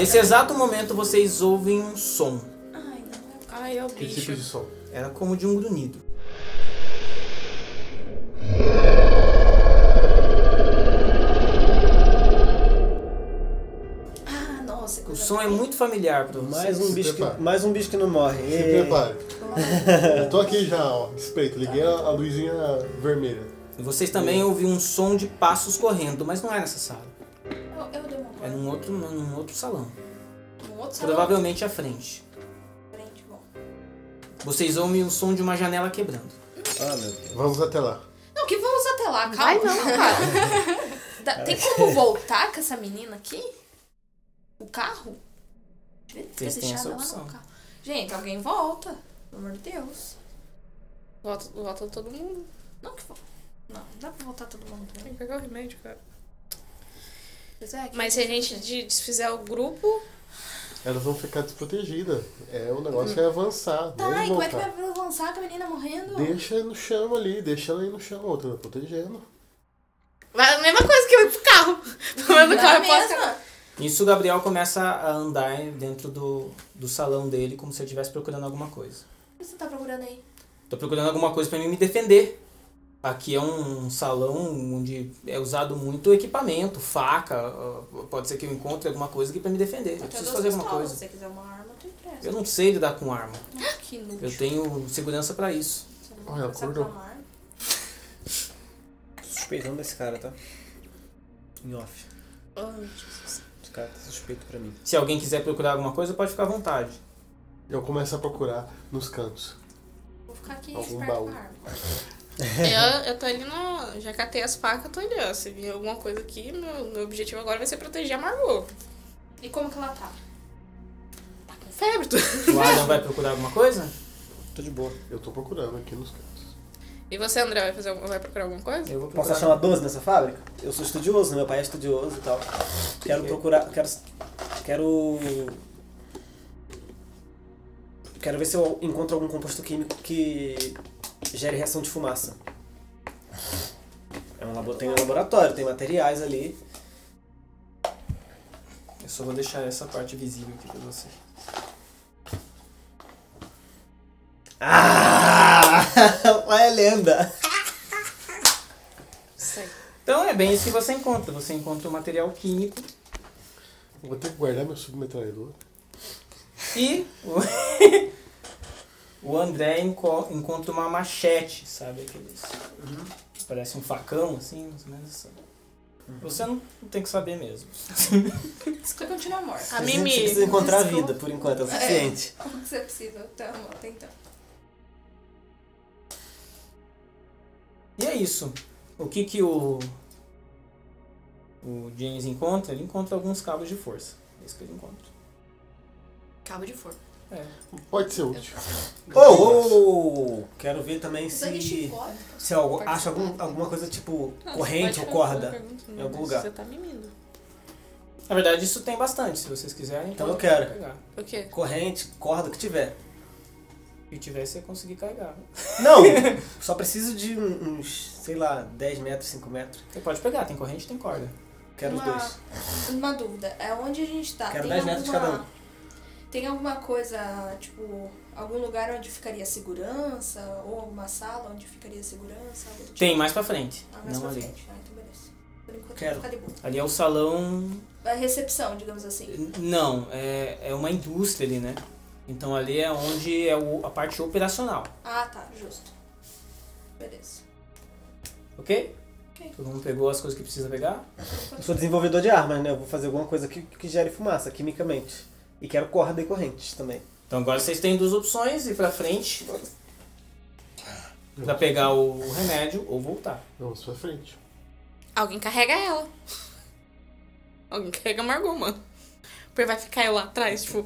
Nesse exato momento vocês ouvem um som. Ai, é o Que bicho. tipo de som? Era como de um grunhido. Ah, nossa. O som é muito familiar pra vocês. Mais um bicho que não morre. Se prepare. Eu tô aqui já, ó, respeito. Liguei a luzinha vermelha. E vocês também ouviram um som de passos correndo, mas não é nessa sala. Eu dei uma É num outro salão. Um outro salão. Provavelmente à frente. Frente, bom. Vocês ouvem o som de uma janela quebrando. Ah, meu Deus. Vamos até lá. Não, que vamos até lá, calma. Ai, não, cara. Tem como voltar com essa menina aqui? O carro? Devia ter Vocês têm essa deixado ela opção. no carro. Gente, alguém volta. Pelo amor de Deus. Volta todo mundo. Não que volta. Não dá pra voltar todo mundo Tem também. que pegar o remédio, cara. Pois é, Mas se a gente desfizer o grupo... Elas vão ficar desprotegidas. O negócio é avançar. Tá, não e como é que voltar. vai avançar com a menina morrendo? Deixa no chão ali, deixa ela aí no chão, a outra protegendo. Vai a mesma coisa que eu ir pro carro. Pelo menos o Não carro é eu posso... mesmo? Nisso o Gabriel começa a andar dentro do salão dele como se ele estivesse procurando alguma coisa. O que você tá procurando aí? Tô procurando alguma coisa pra mim me defender. Aqui é um salão onde é usado muito equipamento, faca. Pode ser que eu encontre alguma coisa aqui pra me defender. Eu preciso fazer alguma coisa. Se você quiser uma arma, eu te empresto. Eu não sei lidar com arma. Que inútil. Eu tenho segurança pra isso. Você não Olha, precisa acordou. pra uma arma. Suspeitando desse cara, tá? Em off. Oh, Jesus. Esse cara tá suspeito pra mim. Se alguém quiser procurar alguma coisa, pode ficar à vontade. Eu começo a procurar nos cantos. Vou ficar aqui Algum esperto baú. com a arma. Eu tô ali no... Já catei as facas, tô ali, ó. Se vir alguma coisa aqui, meu objetivo agora vai ser proteger a Margot. E como que ela tá? Tá com febre, tu. O Adam vai procurar alguma coisa? Tô de boa. Eu tô procurando aqui nos cantos. E você, André, vai procurar alguma coisa? Eu vou Posso procurar. achar uma 12 nessa fábrica? Eu sou estudioso, meu pai é estudioso e tal. Quero procurar. Quero ver se eu encontro algum composto químico que gere reação de fumaça. Tem um laboratório, tem materiais ali. Eu só vou deixar essa parte visível aqui pra você. Ah! É lenda! Sei. Então é bem isso que você encontra. Você encontra um material químico Eu vou ter que guardar meu submetralhador. e o André encontra uma machete, sabe? Aqueles. Parece um facão, assim, mais ou menos assim. Você não tem que saber mesmo. Você continua morta. A Você Mimi. precisa encontrar a vida, por enquanto, é o suficiente. O que você precisa? Estamos tentando. E é isso. O que o James encontra? Ele encontra alguns cabos de força. É isso que ele encontra. Cabo de forno. É. Pode ser útil. Quero ver também Sangue se chicote. eu acho alguma coisa tipo corrente ou corda em algum lugar. Você tá mimindo. Na verdade, isso tem bastante. Se vocês quiserem, Então pode eu quero. pegar. O quê? Corrente, corda, o que tiver. Se tiver, você conseguir carregar. Não! Só preciso de uns, sei lá, 10 metros, 5 metros. Você pode pegar, tem corrente, tem corda. Quero os dois. Uma dúvida. É onde a gente tá. Quero Tem 10 metros de cada um. Tem alguma coisa, tipo, algum lugar onde ficaria segurança? Ou alguma sala onde ficaria segurança? Algo do tipo? Tem mais pra frente, Mais não pra ali. frente. Então beleza. Por enquanto Quero. fica de boa. Ali é o salão. A recepção, digamos assim. Não, é uma indústria ali, né? Então ali é onde é a parte operacional, Ah, tá. Justo. Beleza. ok? Ok. Todo mundo pegou as coisas que precisa pegar? Eu sou desenvolvedor de armas, né? Eu vou fazer alguma coisa que gere fumaça, quimicamente. E quero corda e correntes também. Então agora vocês têm duas opções, ir pra frente pra pegar o remédio ou voltar. Vamos pra frente. Alguém carrega ela. Alguém carrega a Margot, mano. Porque vai ficar eu lá atrás, tipo...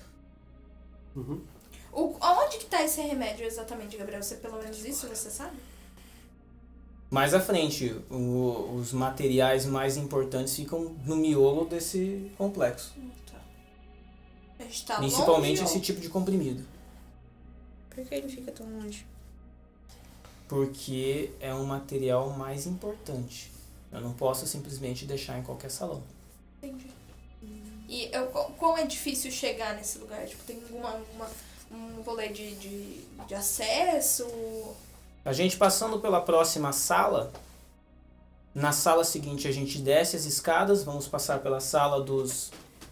Aonde que tá esse remédio exatamente, Gabriel? Você pelo menos isso você sabe? Mais à frente, os materiais mais importantes ficam no miolo desse complexo. Tá. A gente tá Principalmente longe, esse ou- tipo de comprimido. Por que ele fica tão longe? Porque é um material mais importante. Eu não posso simplesmente deixar em qualquer salão. Entendi. E quão é difícil chegar nesse lugar? Tipo, tem um rolê de acesso? A gente passando pela próxima sala, na sala seguinte a gente desce as escadas, vamos passar pela sala dos...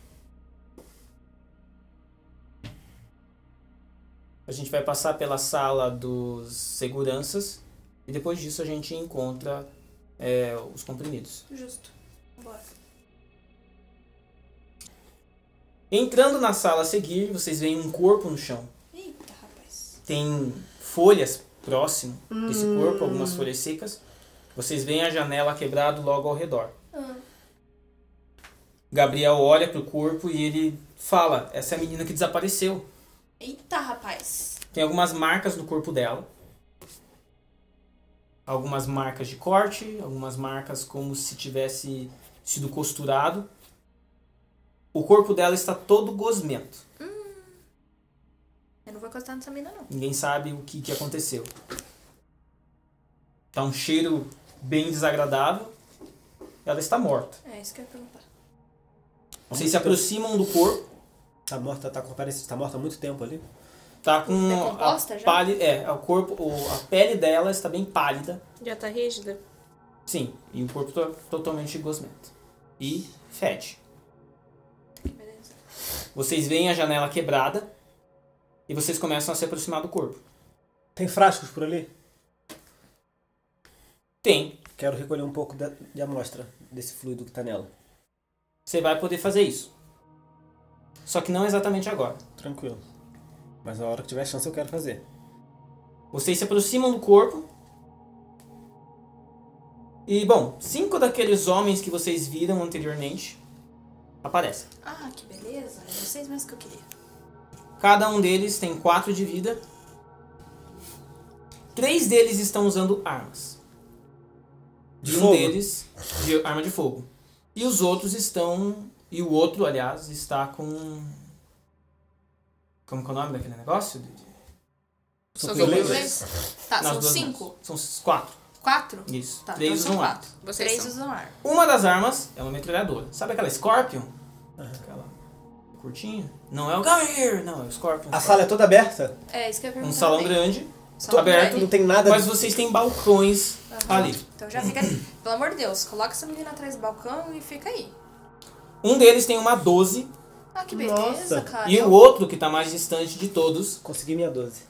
A gente vai passar pela sala dos seguranças e depois disso a gente encontra os comprimidos. Justo. Bora. Entrando na sala a seguir, vocês veem um corpo no chão. Eita, rapaz. Tem folhas próximo desse corpo, algumas folhas secas. Vocês veem a janela quebrada logo ao redor. Gabriel olha pro corpo e ele fala, essa é a menina que desapareceu. Eita, rapaz. Tem algumas marcas no corpo dela. Algumas marcas de corte, algumas marcas como se tivesse sido costurado. O corpo dela está todo gosmento. Eu não vou encostar nessa mina, não. Ninguém sabe o que aconteceu. Tá um cheiro bem desagradável. Ela está morta. É isso que eu ia perguntar. Vocês se aproximam do corpo. Tá morta há muito tempo ali. Tá com Decomposta já? o corpo, a pele dela está bem pálida. Já tá rígida? Sim, e o corpo totalmente gosmento. E fede. Beleza. Vocês veem a janela quebrada e vocês começam a se aproximar do corpo. Tem frascos por ali? Tem. Quero recolher um pouco de amostra desse fluido que tá nela. Você vai poder fazer isso. Só que não exatamente agora. Tranquilo. Mas a hora que tiver chance eu quero fazer. Vocês se aproximam do corpo. E, bom, 5 daqueles homens que vocês viram anteriormente aparecem. Ah, que beleza. É vocês mesmos que eu queria. Cada um deles tem 4 de vida. 3 deles estão usando armas. De E um fogo? deles de arma de fogo. E os outros estão... E o outro, aliás, está com... Como que é o nome daquele negócio? Sobreviventes? Tá, Nas são duas 5? mãos. São 4. 4? Isso. Tá, 3 então são usam arma. 4. Vocês 3 são. usam ar. Uma das armas é uma metralhadora. Sabe aquela Scorpion? Aquela curtinha? Não é o Come Here! Não, é o Scorpion. A sala é toda aberta? É, isso que eu ia perguntar. Um salão também. grande, Salão aberto, grande. Não tem nada... mas vocês têm balcões ali. Então já fica... Pelo amor de Deus, coloca essa menina atrás do balcão e fica aí. Um deles tem uma 12 Ah, que beleza, Nossa. cara. e o outro, que está mais distante de todos, Consegui minha 12.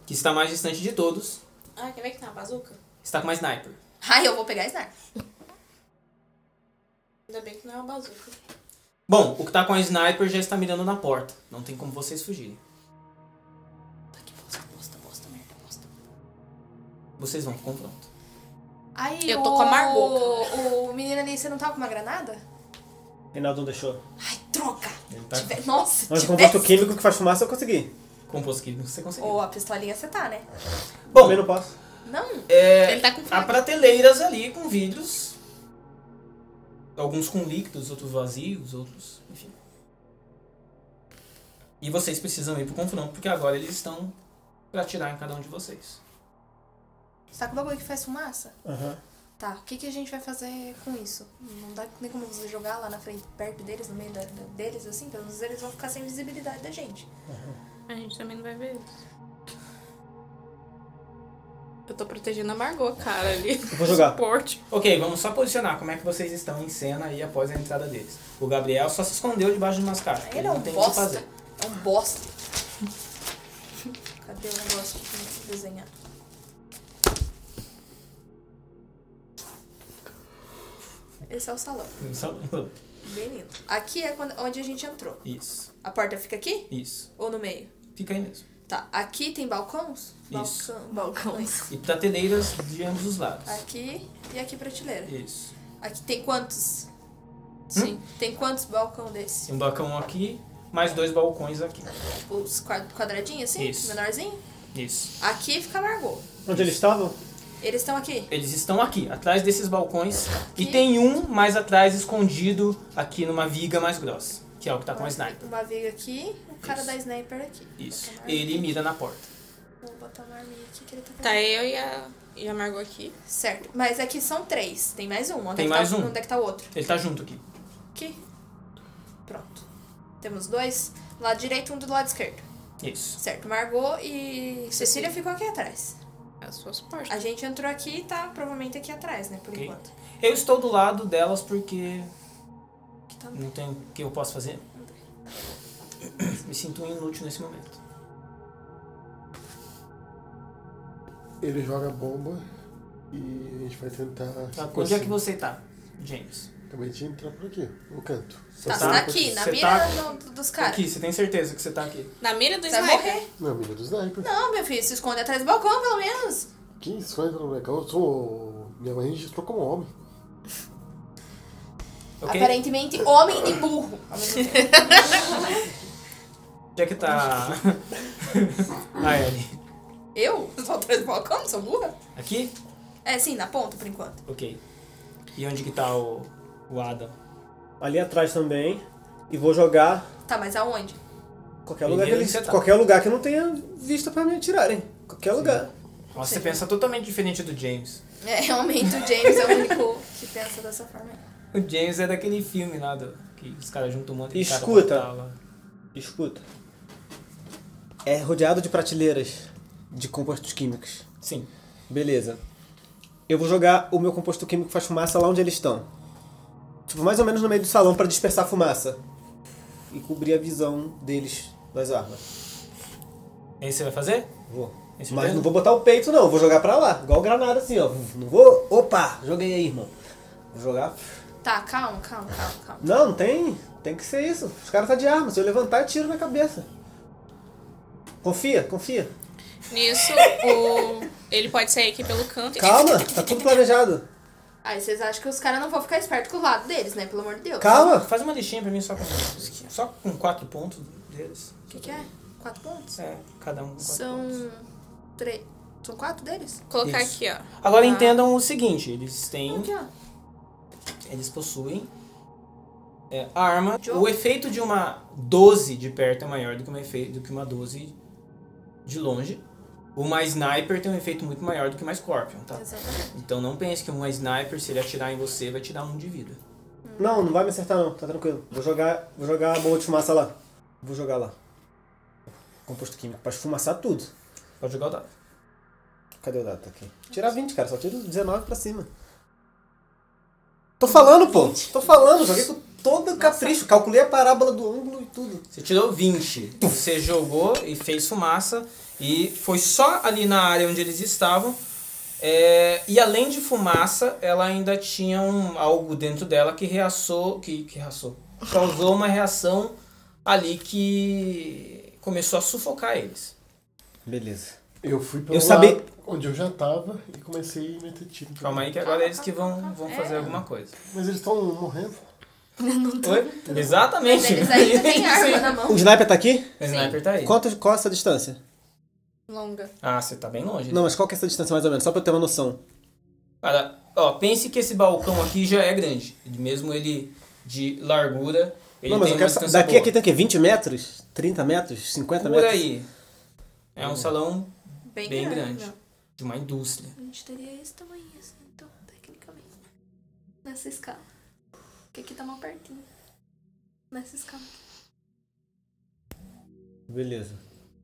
Ah, quer ver que tem uma bazuca? está com uma sniper. Ai, eu vou pegar esse dar. Ainda bem que não é uma bazuca. Bom, o que está com a sniper já está mirando na porta. Não tem como vocês fugirem. Tá que bosta, merda, bosta. Vocês vão pro confronto. Aí, Eu tô com a Margot, O menino ali, você não tava com uma granada? Reinaldo não deixou. Ai, troca! Ele tá Nossa, Mas o tivesse... composto químico que faz fumaça eu consegui. composto químico, você conseguiu. Ou a pistolinha você tá, né? Bom, Também não posso. Não. é, Ele tá com há faca. prateleiras ali com vidros. Alguns com líquidos, outros vazios, outros... Enfim. E vocês precisam ir pro confronto, porque agora eles estão pra atirar em cada um de vocês. Você tá com o bagulho que faz fumaça? Aham. Tá, o que a gente vai fazer com isso? Não dá nem como você jogar lá na frente, perto deles, no meio deles, assim? Pelo menos eles vão ficar sem visibilidade da gente. A gente também não vai ver isso. Eu tô protegendo a Margot, cara, ali. Eu vou jogar. Suporte. Ok, vamos só posicionar como é que vocês estão em cena aí após a entrada deles. O Gabriel só se escondeu debaixo de umas caixas. Ele é um não tem o que bosta. fazer. É um bosta. Cadê o negócio que tem que desenhar? Esse é o salão. Bem lindo. Aqui é onde a gente entrou. Isso, A porta fica aqui? isso. Ou no meio? Fica aí mesmo. Tá, aqui tem balcões? Isso. Balcões. E prateleiras de ambos os lados. Aqui e aqui prateleira. Isso. Aqui tem quantos? Sim. Tem quantos balcões desse? Tem um balcão aqui, mais 2 balcões aqui. Os quadradinhos assim? Isso. Menorzinho? Isso. Aqui fica a Margot. Onde eles estavam? Eles estão aqui. Eles estão aqui, atrás desses balcões. Aqui. E tem um mais atrás, escondido aqui numa viga mais grossa. Que é o que tá com a sniper. Uma viga aqui, o cara Isso. da sniper aqui. Isso. Vou botar uma Ele mira na porta. Vou botar uma arminha aqui que ele tá Tá eu e a Margot aqui. Certo. Mas aqui são 3. Tem mais um. Onde Tem é que mais tá, um. Onde é que tá o outro? Ele tá junto aqui. Aqui. Pronto. Temos 2 do lado direito e um do lado esquerdo. Isso. Certo, Margot e Cecília ficou aqui atrás. As suas partes. A gente entrou aqui e tá provavelmente aqui atrás, né, por Ok. enquanto. Eu estou do lado delas porque Tá. não tem o que eu posso fazer. Me sinto inútil nesse momento. Ele joga a bomba e a gente vai tentar... Tá, onde é que você tá, James? Acabei de entrar por aqui, no canto. Tá, você tá aqui, na você mira tá dos caras. Aqui, você tem certeza que você tá aqui? Na mira do Você vai sniper. morrer. Não, mira do sniper. Não, meu filho, se esconde atrás do balcão, pelo menos. Que isso, vai entrar no legal. Eu sou... Minha mãe registrou como homem. Ok? Aparentemente, homem e burro. Ao mesmo tempo. Onde é que tá a Ellie? Eu? Eu tô atrás do balcão, não sou burra? Aqui? É, sim, na ponta, por enquanto. Ok. E onde que tá o Adam? Ali atrás também. E vou jogar Tá, mas aonde? qualquer lugar, Primeiro que você tá. qualquer lugar que não tenha vista pra me atirarem. Qualquer lugar. Nossa, você pensa totalmente diferente do James. É, realmente o James é o único que pensa dessa forma. O James é daquele filme lá que os caras juntam um monte de Escuta. cara pra lutar lá. Escuta. É rodeado de prateleiras de compostos químicos. Sim. Beleza. Eu vou jogar o meu composto químico que faz fumaça lá onde eles estão. Tipo, mais ou menos no meio do salão pra dispersar a fumaça. E cobrir a visão deles das armas. É isso que você vai fazer? Vou. Esse Mas mesmo? não vou botar o peito não, vou jogar pra lá. Igual granada assim, ó. Não vou... Opa! Joguei aí, irmão. Vou jogar... Tá, calma. Não tem. Tem que ser isso. Os caras tá de arma. Se eu levantar, eu tiro na cabeça. Confia. Nisso, ele pode sair aqui pelo canto. Calma, tá tudo planejado. Aí vocês acham que os caras não vão ficar espertos com o lado deles, né? Pelo amor de Deus. Calma. Faz uma listinha pra mim só com 4 pontos deles. O que é? 4 pontos? É, cada um com 4 pontos. São 3. São 4 deles? Colocar Isso. aqui, ó. Agora entendam o seguinte, eles têm... Aqui, ó. Eles possuem arma. Jogo. O efeito de uma 12 de perto é maior do que uma 12 de longe. Uma sniper tem um efeito muito maior do que uma Scorpion, tá? Exatamente. Então não pense que uma sniper, se ele atirar em você, vai te dar 1 de vida. Não vai me acertar não, tá tranquilo. Vou jogar a bomba de fumaça lá. Vou jogar lá. Composto químico, pra esfumaçar tudo. Pode jogar o dado. Cadê o dado? Tá aqui. Tirar 20, cara, só tiro 19 pra cima. Tô falando, pô. Joguei com todo capricho. Calculei a parábola do ângulo e tudo. Você tirou 20. Você jogou e fez fumaça. E foi só ali na área onde eles estavam. E além de fumaça, ela ainda tinha algo dentro dela que causou uma reação ali que começou a sufocar eles. Beleza. Eu fui pelo Eu sabia- lado onde eu já tava e comecei a meter tiro. Calma aí que agora é eles que vão fazer alguma coisa. Mas eles estão morrendo. Oi? Exatamente. Mas eles ainda têm arma na mão. O sniper tá aqui? O sniper tá aí. Qual é essa distância? Longa. Ah, você tá bem longe. Não, mas qual que é essa distância mais ou menos? Só pra eu ter uma noção. Cara, pense que esse balcão aqui já é grande. Mesmo ele de largura, ele Não, mas tem eu uma quero distância daqui boa. aqui tem o quê? 20 metros? 30 metros? 50 Por metros? aí. É um salão Bem grande. Não. De uma indústria. A gente teria esse tamanho, assim, então, tecnicamente. Nessa escala. Porque aqui tá mal pertinho. Nessa escala. Beleza.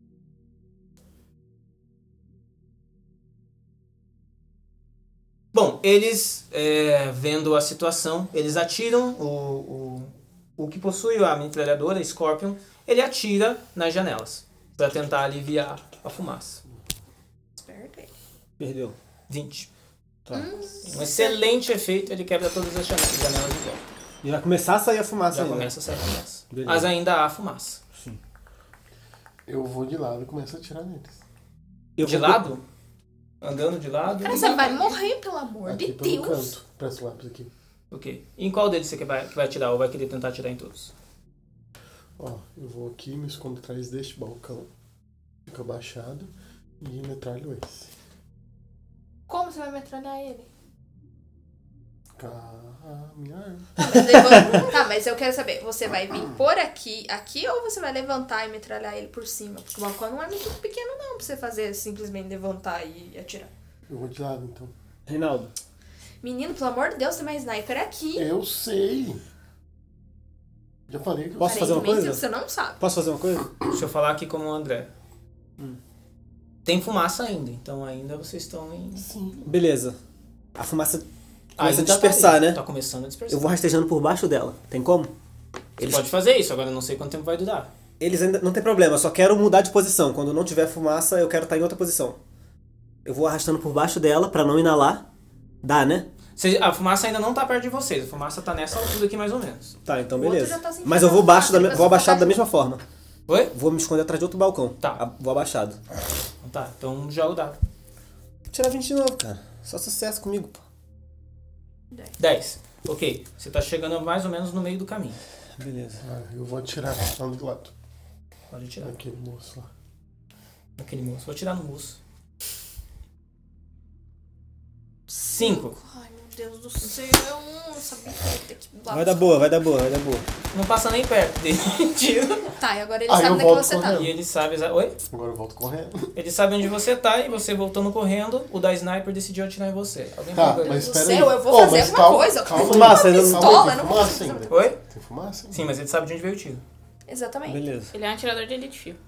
Bom, eles, vendo a situação, eles atiram o que possui a metralhadora, Scorpion, ele atira nas janelas para tentar aliviar a fumaça. Esperto ele. Perdeu. 20. Tá. Um excelente efeito, ele quebra todas as janelas de volta. E vai começar a sair a fumaça Já ainda. começa a sair fumaça. Beleza. Mas ainda há fumaça. Sim. Eu vou de lado e começo a atirar neles. De lado? Andando de lado? Cara, você vai morrer, pelo amor Aqui de pelo Deus. canto. Presta o lápis aqui. Ok. E em qual deles você que vai atirar ou vai querer tentar atirar em todos? Ó, eu vou aqui, me escondo atrás deste balcão. Fico abaixado e metralho esse. Como você vai metralhar ele? Com a minha arma. Mas eu quero saber, você vai vir por aqui, ou você vai levantar e metralhar ele por cima? Porque o balcão não é muito pequeno não, pra você fazer simplesmente levantar e atirar. Eu vou de lado, então. Reinaldo. Menino, pelo amor de Deus, tem mais sniper aqui. Eu sei. Já falei que eu... Posso fazer uma Aparentemente, coisa? Você não sabe. Posso fazer uma coisa? Deixa eu falar aqui como o André. Tem fumaça ainda, então ainda vocês estão em... Sim. Beleza. A fumaça começa a Ainda dispersar, tá, né? Tá começando a dispersar. Eu vou rastejando por baixo dela. Tem como? Você pode fazer isso, agora eu não sei quanto tempo vai durar. Eles ainda... Não tem problema, eu só quero mudar de posição. Quando não tiver fumaça, eu quero estar em outra posição. Eu vou arrastando por baixo dela pra não inalar. Dá, né? A fumaça ainda não tá perto de vocês, a fumaça tá nessa altura aqui mais ou menos. Tá, então O outro beleza. já tá sentindo Mas eu vou, a fumaça, ele vai vou abaixado sufocar da junto. mesma forma. Oi? Vou me esconder atrás de outro balcão. Tá. Vou abaixado. Tá, então joga o dado. Vou tirar 20 de novo, cara. Só sucesso comigo, pô. 10. Ok, você tá chegando mais ou menos no meio do caminho. Beleza. Ah, eu vou atirar lá do lado. Pode tirar. Naquele moço lá. Naquele moço. Vou tirar no moço. 5. Ai, meu Deus do céu. Eu sabia que ia ter que... Vai dar boa, vai dar boa, vai dar boa. Não passa nem perto dele. Tira. Tá, e agora ele Ah, sabe eu onde é que volto você tá. correndo. E ele sabe... Oi? Agora eu volto correndo. Ele sabe onde você tá e você voltando correndo, o da sniper decidiu atirar em você. Alguém Tá, pegou ele? mas do espera céu, aí. eu vou Ô, fazer mas alguma coisa. Calma, Fumaça, aí. ainda não- Pistola, Calma aí, eu tem não fumaça consigo ainda. Oi? Tem fumaça ainda? Sim, mas ele sabe de onde veio o tiro. Exatamente. Beleza. Ele é um atirador de elite, fio.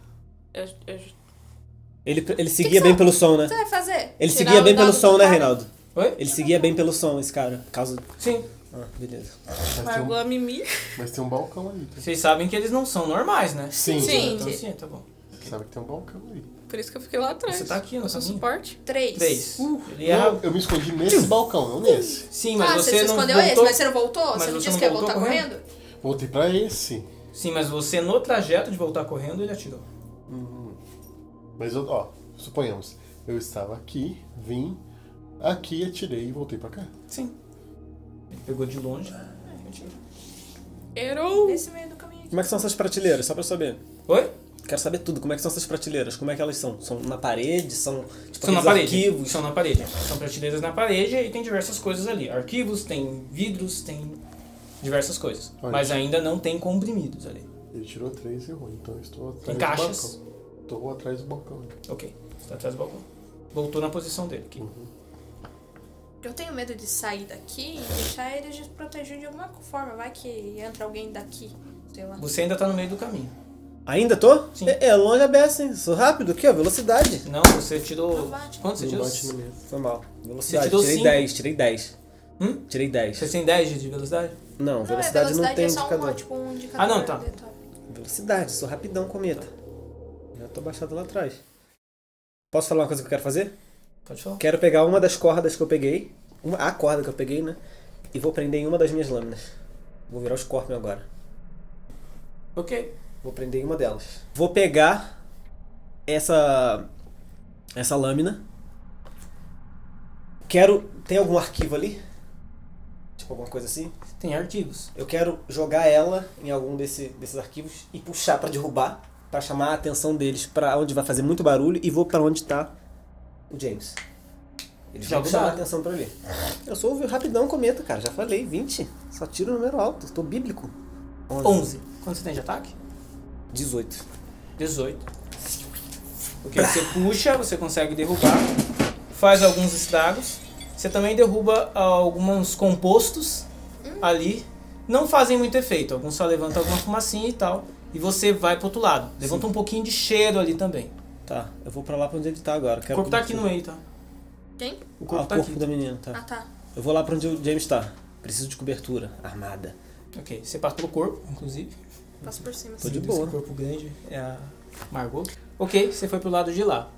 Ele seguia bem pelo som, O que né? você vai fazer? Ele Tirar seguia o bem pelo dado som, do né, cara? Reinaldo? Oi? Ele seguia bem pelo som, esse cara. Causa... Sim. Ah, beleza. Margot a Mimi. Mas tem um balcão ali. Tá? Vocês sabem que eles não são normais, né? Sim. Sim. Então sim, tá bom. Você sabe que tem um balcão ali. Por isso que eu fiquei lá atrás. Você tá aqui no Eu sou caminho. suporte. 3. 3. Ele ia... Não, eu me escondi nesse balcão, não nesse. Sim, mas Você você se não escondeu voltou... esse, mas você não voltou? Mas Você não você disse não que ia voltou voltar correndo? correndo? Voltei pra esse. Sim, mas você no trajeto de voltar correndo, ele atirou. Mas, ó, suponhamos, eu estava aqui, vim, aqui, atirei e voltei pra cá. Sim. Ele pegou de longe e atirou. Errou! Nesse meio do caminho aqui. Como é que são essas prateleiras? Só pra eu saber. Oi? Quero saber tudo. Como é que são essas prateleiras? Como é que elas são? São na parede? São tipo São na aqueles parede. arquivos? São na parede. São prateleiras na parede e tem diversas coisas ali. Arquivos, tem vidros, tem diversas coisas. Olha. Mas ainda não tem comprimidos ali. Ele tirou 3 e errou, então eu estou atrás Tem do caixas. balcão. Estou atrás do balcão. Ok. Você tá atrás do balcão. Voltou na posição dele aqui. Eu tenho medo de sair daqui e deixar eles desprotegidos de alguma forma. Vai que entra alguém daqui, sei lá. Você ainda tá no meio do caminho. Ainda tô? Sim. É longe a beça, hein? Sou rápido aqui, ó. Velocidade. Não, você tirou... Não bate. Quanto você Não tirou? bate no medo. Foi mal. Velocidade. tirou Tirei cinco? 10, tirei 10. Tirei Você 10. tem 10 de velocidade? Não, velocidade não tem é só indicador. tipo um indicador. Ah, não, tá. aleatório. Velocidade, sou rapidão, cometa. Já tô baixado lá atrás. Posso falar uma coisa que eu quero fazer? Pode falar. Quero pegar uma das cordas que eu peguei, a corda que eu peguei, né? E vou prender em uma das minhas lâminas. Vou virar o Scorpion agora. Ok. Vou prender em uma delas. Vou pegar essa lâmina. Tem algum arquivo ali? Tipo alguma coisa assim? Tem arquivos. Eu quero jogar ela em algum desses arquivos e puxar pra derrubar, pra chamar a atenção deles pra onde vai fazer muito barulho e vou pra onde tá o James. Eles vão Joga o chamar a dado. atenção pra ali. Eu sou o rapidão cometa, cara. Já falei, 20. Só tiro o número alto. Tô bíblico. 11. Quanto você tem de ataque? 18. 18. Porque você puxa, você consegue derrubar. Faz alguns estragos. Você também derruba alguns compostos ali. Não fazem muito efeito. Alguns só levantam alguma fumacinha e tal. E você vai pro outro lado. Levanta um pouquinho de cheiro ali também. Tá, eu vou pra lá pra onde ele tá agora. O corpo tá aqui no meio, tá? Quem? O O corpo tá corpo aqui. da menina, tá. Ah, tá. Eu vou lá pra onde o James tá. Preciso de cobertura. Armada. Ok. Você passa pelo corpo, inclusive. Passo por cima. Tô assim. de boa. Esse corpo grande é a Margot. Ok, você foi pro lado de lá.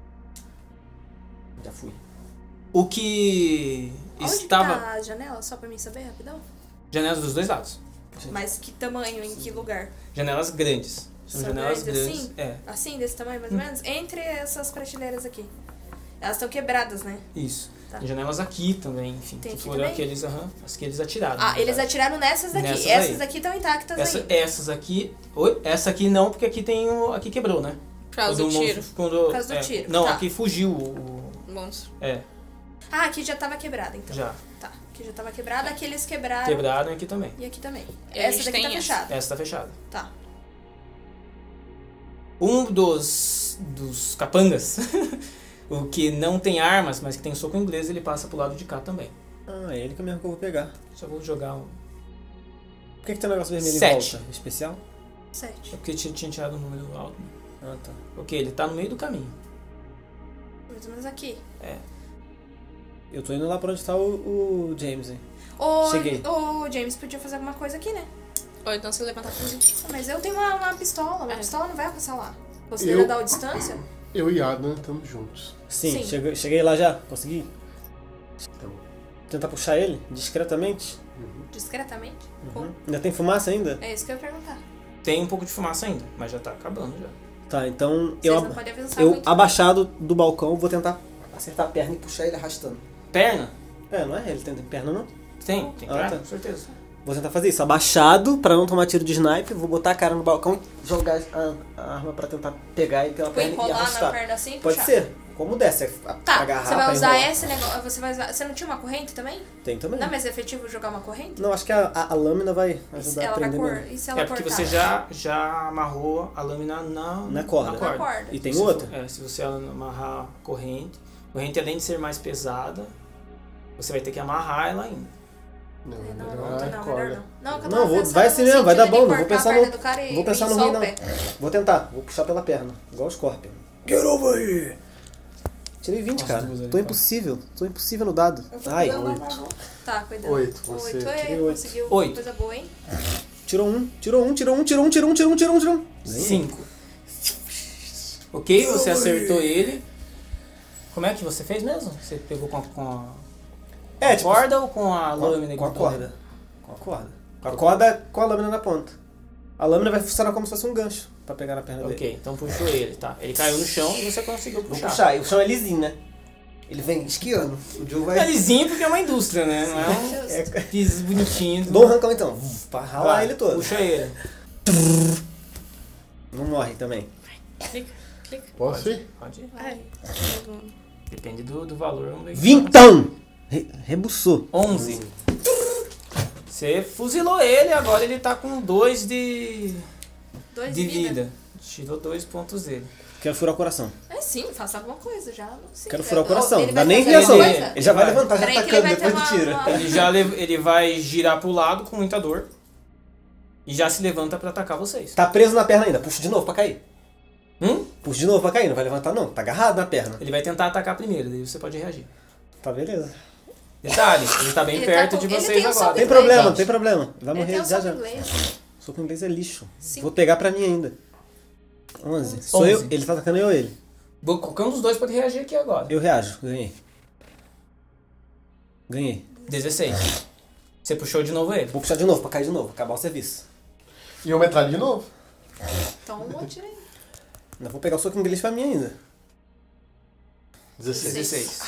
Já fui. O que Onde estava... que tá a janela? Só pra mim saber, rapidão. Janelas dos dois lados. Mas que tamanho, em que lugar? Janelas grandes. São São janelas grandes grandes. assim? É, Assim, desse tamanho mais ou menos? Entre essas prateleiras aqui. Elas estão quebradas, né? isso. Tá. Tem janelas aqui também, enfim. Tem que aqui foram também? aqueles, as que eles atiraram. Ah, na eles verdade. atiraram nessas daqui. Nessas Essas aí. daqui estão intactas aí. Essas aqui... Oi? Essa aqui não, porque aqui tem o... Aqui quebrou, né? Por causa do Quando o tiro. monstro- quando, Por causa do tiro, Não, tá. aqui fugiu o... Monstro. É, Ah, aqui já tava quebrada, então. já. Tá, aqui já tava quebrada, aqui eles quebraram. Quebraram aqui também. E aqui também. E a Essa gente daqui tá tem essa. fechada. Essa tá fechada. Tá. Um dos capangas, o que não tem armas, mas que tem soco inglês, ele passa pro lado de cá também. Ah, é ele que mesmo que eu vou pegar. Só vou jogar um... Por que tem um negócio vermelho 7. em volta? Especial? 7. É porque tinha tirado o número alto. Né? Ah, tá. Ok, ele tá no meio do caminho. Mais ou menos aqui. Eu tô indo lá pra onde tá o James, hein? Cheguei. Ô, James, podia fazer alguma coisa aqui, né? Ou então você levanta a fuzil. Mas eu tenho uma pistola. Minha pistola não vai alcançar lá. Você Eu- dá a distância? Eu e Adam estamos juntos. Sim, Sim. cheguei lá já. Consegui? Então, Tentar puxar ele discretamente. Discretamente? Ainda tem fumaça ainda? É isso que eu ia perguntar. Tem um pouco de fumaça ainda, mas já tá acabando já. Tá, então Vocês não podem avançar eu muito. abaixado do balcão, vou tentar acertar a perna e puxar ele arrastando. Perna? É, não é? Ele tem perna, não? Tem perna, tá. com certeza. Vou tentar fazer isso, abaixado pra não tomar tiro de sniper, vou botar a cara no balcão e jogar a arma pra tentar pegar ele pela Tipo, perna e enrolar na arrastar. perna assim e Pode puxar. ser, como der, se Tá, agarrar você vai pra usar enrolar. esse negócio. Você vai usar. Você não tinha uma corrente também? Tem também. Não é mais efetivo jogar uma corrente? Não, acho que a lâmina vai ajudar a Ela vai prender cor. mesmo. E se ela É porque cortar? você já amarrou a lâmina Na corda. Na corda. Na corda. E tem Se outra? for- se você amarrar a corrente além de ser mais pesada, você vai ter que amarrar ela ainda. não, é Não, melhor não, a melhor corda. não. Que eu Não, tava vou, pensando vai no assim mesmo, vai dar sentido bom, de não vou cortar pensar a no, perna do cara e vou pensar no só ruim o não. pé. Vou tentar, vou puxar pela perna, igual o Scorpion. Get over here! Tirei 20, Nossa, cara. Deus, Tô ele impossível no dado. Ai, 8. Tá, cuidado. 8, você. 8 Tirei aí, 8. conseguiu. 8. Coisa boa, hein? tirou um. 5. Ok, você acertou ele. Como é que você fez mesmo? Você pegou com a É, tipo, corda ou com a lâmina? com a que corda. Com a corda. Com a corda com a lâmina na ponta. A lâmina vai funcionar como se fosse um gancho pra pegar na perna dele. Ok, então puxou ele, tá? Ele caiu no chão e você conseguiu Vou puxar. puxar, e o chão é lisinho, né? Ele vem esquiando. O Joe É vai... lisinho porque é uma indústria, né? Não é um piso bonitinho. Dou um rancão então, pra ralar Vai, ele todo. Puxa ele. Não morre também. Clica. Posso ir? Pode ir. Vai. Depende do valor. Vamos ver. Vintão! Rebuçou. 11. Você fuzilou ele, agora ele tá com 2 de 2 de de vida. vida. Tirou 2 pontos dele. Quero furar o coração. É sim, faça alguma coisa, já não sei. Quero furar o coração. Ele Não vai dá nem fazer reação. alguma Ele- coisa? Ele já vai Vai. levantar, já Peraí que ele atacando vai depois ter do tiro. Ele vai girar pro lado com muita dor. E já se levanta pra atacar vocês. Tá preso na perna ainda. Puxa de novo pra cair. Hum? Puxa de novo pra cair. Não vai levantar não. Tá agarrado na perna. Ele vai tentar atacar primeiro, daí você pode reagir. Tá, beleza. Detalhe, ele tá bem Ele perto tá com- de ele vocês tem um agora. soco Tem inglês, problema, gente. não tem problema. Vai Ele tem morrer um já soco já. inglês. Soco inglês é lixo. Sim. Vou pegar pra mim ainda. 11. Sou 11. eu. Ele tá atacando eu ou ele? Qualquer um dos dois pode reagir aqui agora. Eu reajo. Ganhei. 16. Você puxou de novo ele. Vou puxar de novo pra cair de novo. Acabar o serviço. E eu metralho de novo? Então, atira aí. Ainda vou pegar o soco inglês pra mim ainda. 16. 16.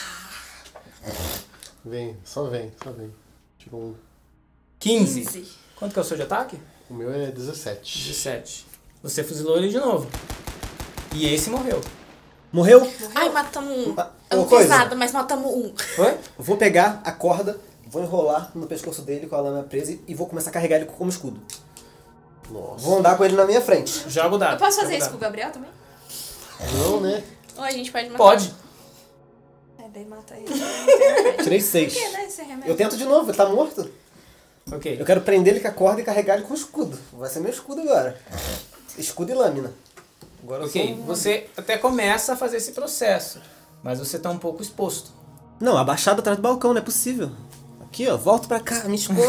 Vem, só vem. Tirou um. 15. Quanto que é o seu de ataque? O meu é 17. 17. Você fuzilou ele de novo. E esse morreu. Morreu? Ai, matamos um. Ah, É um uma coisa. pesado, mas matamos um. Foi? Vou pegar a corda, vou enrolar no pescoço dele com a lâmina presa e vou começar a carregar ele como escudo. Nossa. Vou andar com ele na minha frente. Joga o dado. Eu posso fazer Joga o isso com o dado. Gabriel também? Não, né? Ou a gente pode matar. Pode. É, daí mata ele. Não tem remédio. Tirei 6. Por que, né, esse remédio? Eu tento de novo, ele tá morto. Ok. Eu quero prender ele com a corda e carregar ele com o escudo. Vai ser meu escudo agora. Escudo e lâmina. Agora eu Ok, sou... você até começa a fazer esse processo, mas você tá um pouco exposto. Não, abaixado atrás do balcão, não é possível. Aqui, ó, volto pra cá, me escondo.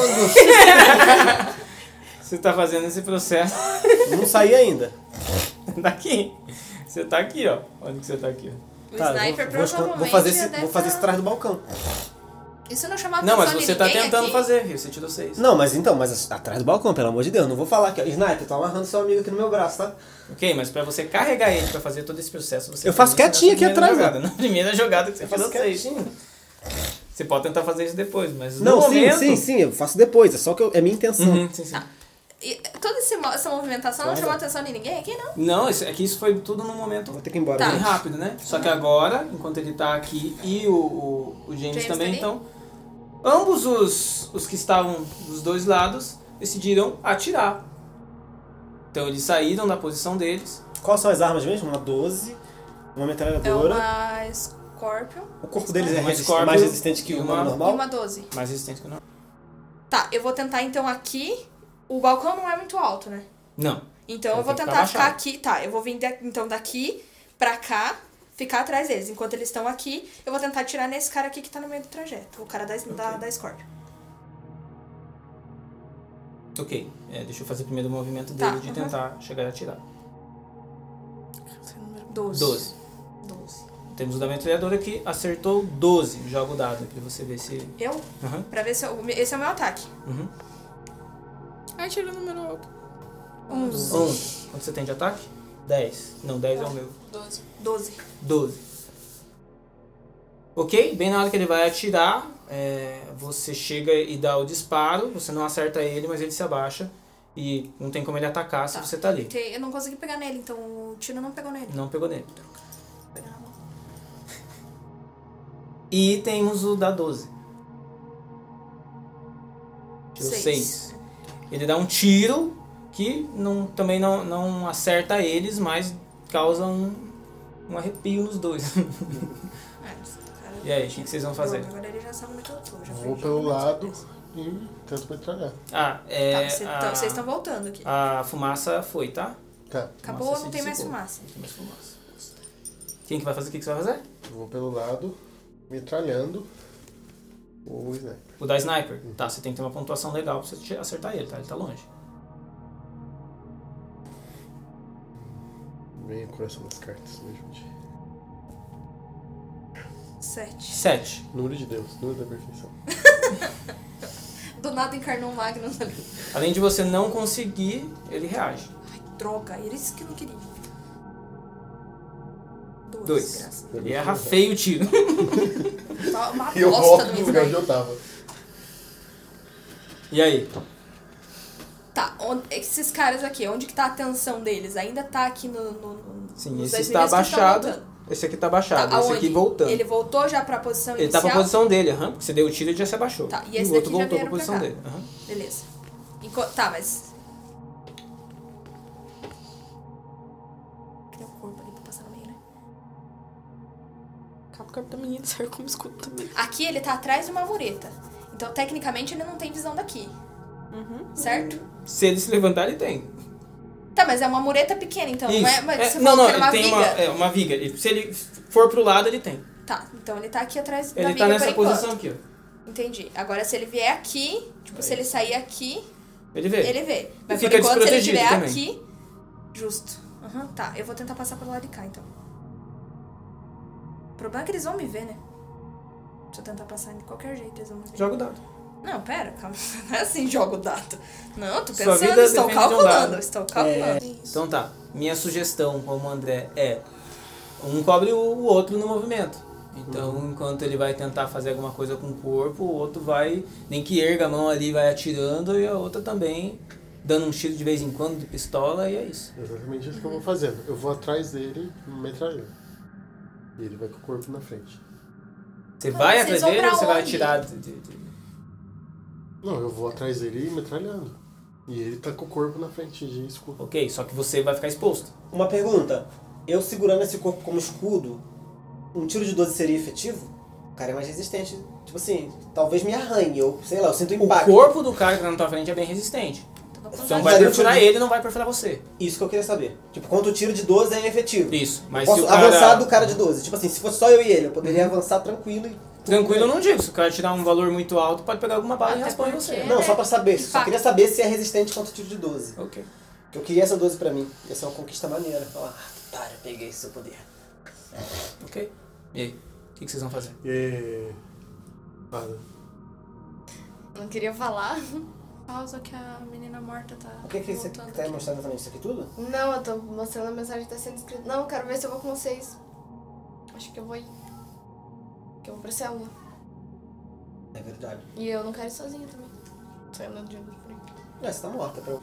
Você tá fazendo esse processo Não saí ainda. daqui. Você tá aqui, ó. Onde que você tá aqui? O Tá, sniper vou provavelmente fazer já esse, deve vou fazer isso tá- atrás do balcão. Isso não chamava Não, mas atenção de você tá ninguém tentando aqui? fazer, viu? Você tirou 6. Não, mas atrás do balcão, pelo amor de Deus. Não vou falar aqui, ó. Sniper, tô amarrando seu amigo aqui no meu braço, tá? Ok, mas pra você carregar ele pra fazer todo esse processo, você Eu faço faz isso quietinho nessa aqui primeira atrás, jogada. Na primeira jogada que você Eu faço tirou 6. quietinho. Você pode tentar fazer isso depois, mas Não, no momento... sim, eu faço depois. É só que é minha intenção. Uhum, sim, sim. E toda essa movimentação não Claro. chamou a atenção de ninguém aqui, não? Não, é que isso foi tudo num momento Vou ter que ir embora. Tá. bem gente. rápido, né? Só que agora, enquanto ele tá aqui e o James James também, tá ali? então... Ambos os que estavam dos dois lados decidiram atirar. Então eles saíram da posição deles. Quais são as armas mesmo? Uma 12, uma É metralhadora. uma Scorpion O corpo deles é, Uma é Scorpion mais resistente que e o uma- humano normal? e uma 12. Mais resistentes que o normal. Tá, eu vou tentar então aqui O balcão não é muito alto, né? Não. Então Vai eu vou ter que tentar ficar ficar abaixado. aqui. Tá, eu vou vir então daqui pra cá, ficar atrás deles. Enquanto eles estão aqui, eu vou tentar atirar nesse cara aqui que tá no meio do trajeto. O cara da Scorpion. Ok. Deixa eu fazer primeiro o movimento Tá, dele de tentar chegar e atirar. 12. 12. 12. Temos o da metralhadora que acertou 12. Joga o dado pra você ver se... Eu? Aham. Pra ver se esse é o meu ataque. Uhum. Ai, tirou o número alto. 11. 11. Quanto você tem de ataque? 10. Não, 10 é o meu. 12. 12. 12. Ok, bem na hora que ele vai atirar, você chega e dá o disparo, você não acerta ele, mas ele se abaixa e não tem como ele atacar se você tá ali. Eu não consegui pegar nele, então o tiro não pegou nele. Não pegou nele. Vou pegar na mão. E temos o da 12. Tirou 6. 6. Ele dá um tiro que também não acerta eles, mas causa um arrepio nos dois. E aí, o que vocês vão fazer? Agora ele já sabe onde eu tô. Já Vou foi pelo jogando lado mais e tento metralhar. Tá, vocês estão voltando aqui. A fumaça foi, tá? Tá, Acabou, fumaça não se tem mais dissipou. fumaça. Não tem mais fumaça. Quem que vai fazer? O que você vai fazer? eu vou pelo lado, metralhando o sniper. O da sniper. Tá, você tem que ter uma pontuação legal pra você acertar ele, tá? Ele tá longe. Vem o coração das cartas, me ajude. 7. 7. Número de Deus, número da perfeição. Do nada encarnou um Magnus ali. Além de você não conseguir, ele reage. Ai, droga, era isso que eu não queria. 2. 2. Graças. Ele erra feio o tiro. Tá uma E eu bosta volto do no lugar onde sniper. eu tava. E aí? Tá, esses caras aqui, onde que tá a atenção deles? Ainda tá aqui Sim, nos esse dois está meninos que estão abaixado. voltando. Esse aqui tá abaixado. Tá, esse aonde? aqui voltando. Ele voltou já pra posição Ele tá inicial? pra posição dele, aham. Porque você deu o tiro e ele já se abaixou. Tá, e o esse outro daqui já voltou pra vieram pra posição cá. dele. Aham. Beleza. Tá, mas... Cria o corpo ali pra passar no meio, né? Capa o corpo da menina serve como escudo também. Aqui ele tá atrás de uma mureta. Então, tecnicamente, ele não tem visão daqui. Certo? Se ele se levantar, ele tem. Tá, mas é uma mureta pequena, então. Isso. Não é, mas você não, falou não, que era ele uma tem viga. uma viga. E se ele for pro lado, ele tem. Tá, então ele tá aqui atrás da Ele viga tá nessa por enquanto. posição aqui, ó. Entendi. Agora, se ele vier aqui, tipo, se ele sair aqui, Ele vê. ele vê. Mas fica por enquanto, se ele desprotegido estiver também. aqui... Justo. Aham, tá. Eu vou tentar passar pelo lado de cá, então. O problema é que eles vão me ver, né? Se eu tentar passar de qualquer jeito, eles vão me ver. Joga o dado. Não, pera, calma. Não é assim, jogo o dado. Não, tô Sua pensando, vida estou depende de um calculando, dado. estou calculando. Então tá. Minha sugestão como André é... Um cobre o outro no movimento. Então, enquanto ele vai tentar fazer alguma coisa com o corpo, o outro vai... Nem que erga a mão ali, vai atirando. E a outra também dando um tiro de vez em quando de pistola. E é isso. Exatamente isso que eu vou fazendo. Eu vou atrás dele, metralhando. E ele vai com o corpo na frente. Você vai vocês atrás vão dele pra ou você vai onde? atirar... Não, eu vou atrás dele e metralhando. E ele tá com o corpo na frente de escudo. Ok, só que você vai ficar exposto. Uma pergunta. Eu segurando esse corpo como escudo, um tiro de 12 seria efetivo? O cara é mais resistente. Tipo assim, talvez me arranhe. Eu, sei lá, eu sinto O impacto. corpo do cara que tá na tua frente é bem resistente. Então vai Daria perfurar pra- ele, não vai perfurar você. Isso que eu queria saber. Tipo, quanto o tiro de 12 é efetivo. Isso, mas Posso se o cara... avançar do cara de 12. Tipo assim, se fosse só eu e ele, eu poderia avançar tranquilo e... Tranquilo eu não digo, se o cara tirar um valor muito alto, pode pegar alguma bala e Até raspar em porque- você. Não, só pra saber. Só Impacto. queria saber se é resistente quanto o tiro de 12. Ok. Porque eu queria essa 12 pra mim. Ia ser uma conquista maneira. Falar, otário, peguei esse seu poder. Ok. E aí? O que vocês vão fazer? E... Não queria falar. Pausa que a menina morta tá O que você voltando tá aqui. mostrando exatamente? Isso aqui tudo? Não, eu tô mostrando a mensagem que tá sendo escrita. Não, eu quero ver se eu vou com vocês. Acho que eu vou ir. Que eu vou pra célula. É verdade. E eu não quero ir sozinha também. Só andando de ônibus por aí. Não, você tá morta. Pra...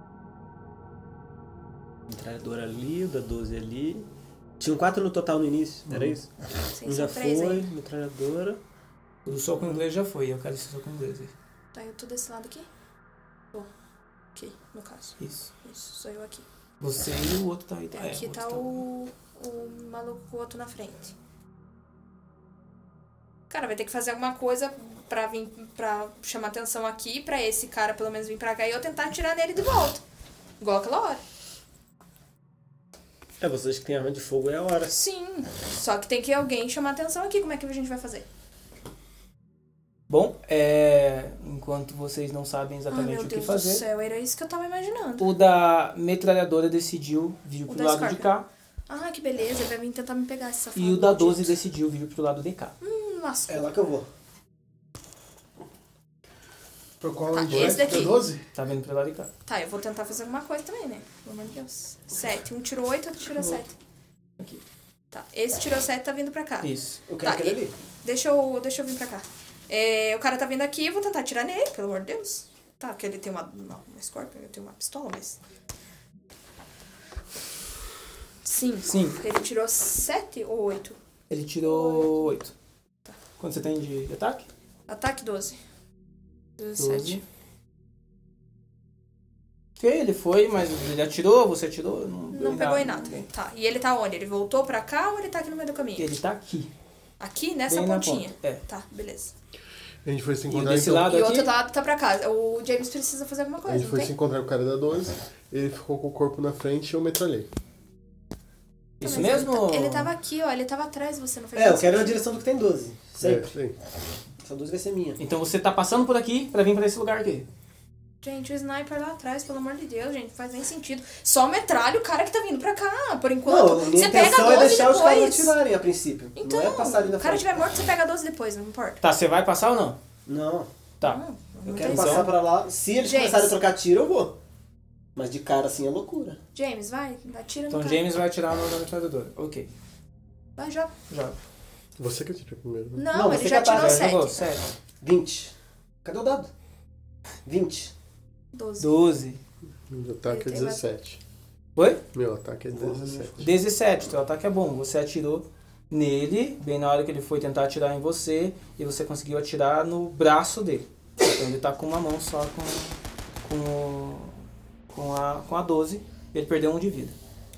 Metralhadora ali, o da 12 ali. Tinham 4 no total no início, era isso? Sim, Um já são 3 foi, aí. metralhadora. O do soco inglês já foi, eu quero esse soco inglês aí. Tá, eu tô desse lado aqui? Tô. Aqui, no caso. Isso. Isso, sou eu aqui. Você e o outro tá aí. E aqui tá o maluco com o outro na frente. Cara, vai ter que fazer alguma coisa pra vir, pra chamar atenção aqui, pra esse cara pelo menos vir pra cá e eu tentar atirar nele de volta. Igual aquela hora. Vocês que têm arma de fogo é a hora. Sim, só que tem que alguém chamar atenção aqui. Como é que a gente vai fazer? Bom, enquanto vocês não sabem exatamente meu o que Deus fazer, do céu, era isso que eu tava imaginando. o da metralhadora decidiu vir pro da lado de cá. Ah, que beleza, ele vai vir tentar me pegar essa E o da 12 decidiu vir pro lado de cá. Lascou. É lá que eu vou. Por qual Tá, é? esse daqui. 12? Tá vindo pro lado de cá. Tá, eu vou tentar fazer alguma coisa também, né? Pelo amor de Deus. 7. Um tirou 8, outro tirou 7. Aqui. Tá, esse tirou 7, tá vindo pra cá. Isso. Eu quero Tá, aquele ali. Deixa eu vir pra cá. O cara tá vindo aqui, eu vou tentar atirar nele, pelo amor de Deus. Tá, porque ele tem uma Scorpion, eu tenho uma pistola, mas... 5. Ele tirou 7 ou 8? Ele tirou 8. Quanto você tem de ataque? Ataque 12. 17. Ok, ele foi, mas ele atirou, você atirou? Não pegou em nada. Ok. Tá, e ele tá onde? Ele voltou pra cá ou ele tá aqui no meio do caminho? Ele tá aqui. Aqui, nessa Bem na pontinha? ponta, é. Tá, beleza. A gente foi se E encontrar desse então, lado E o aqui? outro lado tá pra cá. O James precisa fazer alguma A coisa, gente não foi tem? se encontrar com o cara da 12, ele ficou com o corpo na frente e eu metralhei. Isso Mas mesmo? Ele tava aqui, ó. Ele tava atrás, você não fez Eu nada. quero na direção do que tem 12. Sempre. Sim. Essa 12 vai ser minha. Então você tá passando por aqui pra vir pra esse lugar aqui. Gente, o sniper lá atrás, pelo amor de Deus, gente, não faz nem sentido. Só metralha o cara que tá vindo pra cá, por enquanto. Não, minha Você pega intenção 12 é deixar os caras depois. atirarem a princípio. Então, não é passar ali na o cara frente. estiver morto, você pega 12 depois, não importa. Tá, você vai passar ou não? Não. Tá. Não, Eu não quero tem Então- passar pra lá. Se eles James. começarem a trocar tiro, eu vou. Mas de cara assim é loucura. James, vai, atira Então no cara. James vai atirar no metralhadora. Ok. Vai, joga. Joga. Você que atirou primeiro, né? Não, Não, ele você já que ataca, tirou Já jogou? 7. 7. 20. Cadê o dado? 20. 12. 12. Meu ataque é Ele tem mais- 17. Oi? Meu ataque é 17. 17. Teu ataque é bom. Você atirou nele, bem na hora que ele foi tentar atirar em você, e você conseguiu atirar no braço dele. Então ele tá com uma mão só com a 12, e ele perdeu 1 de vida.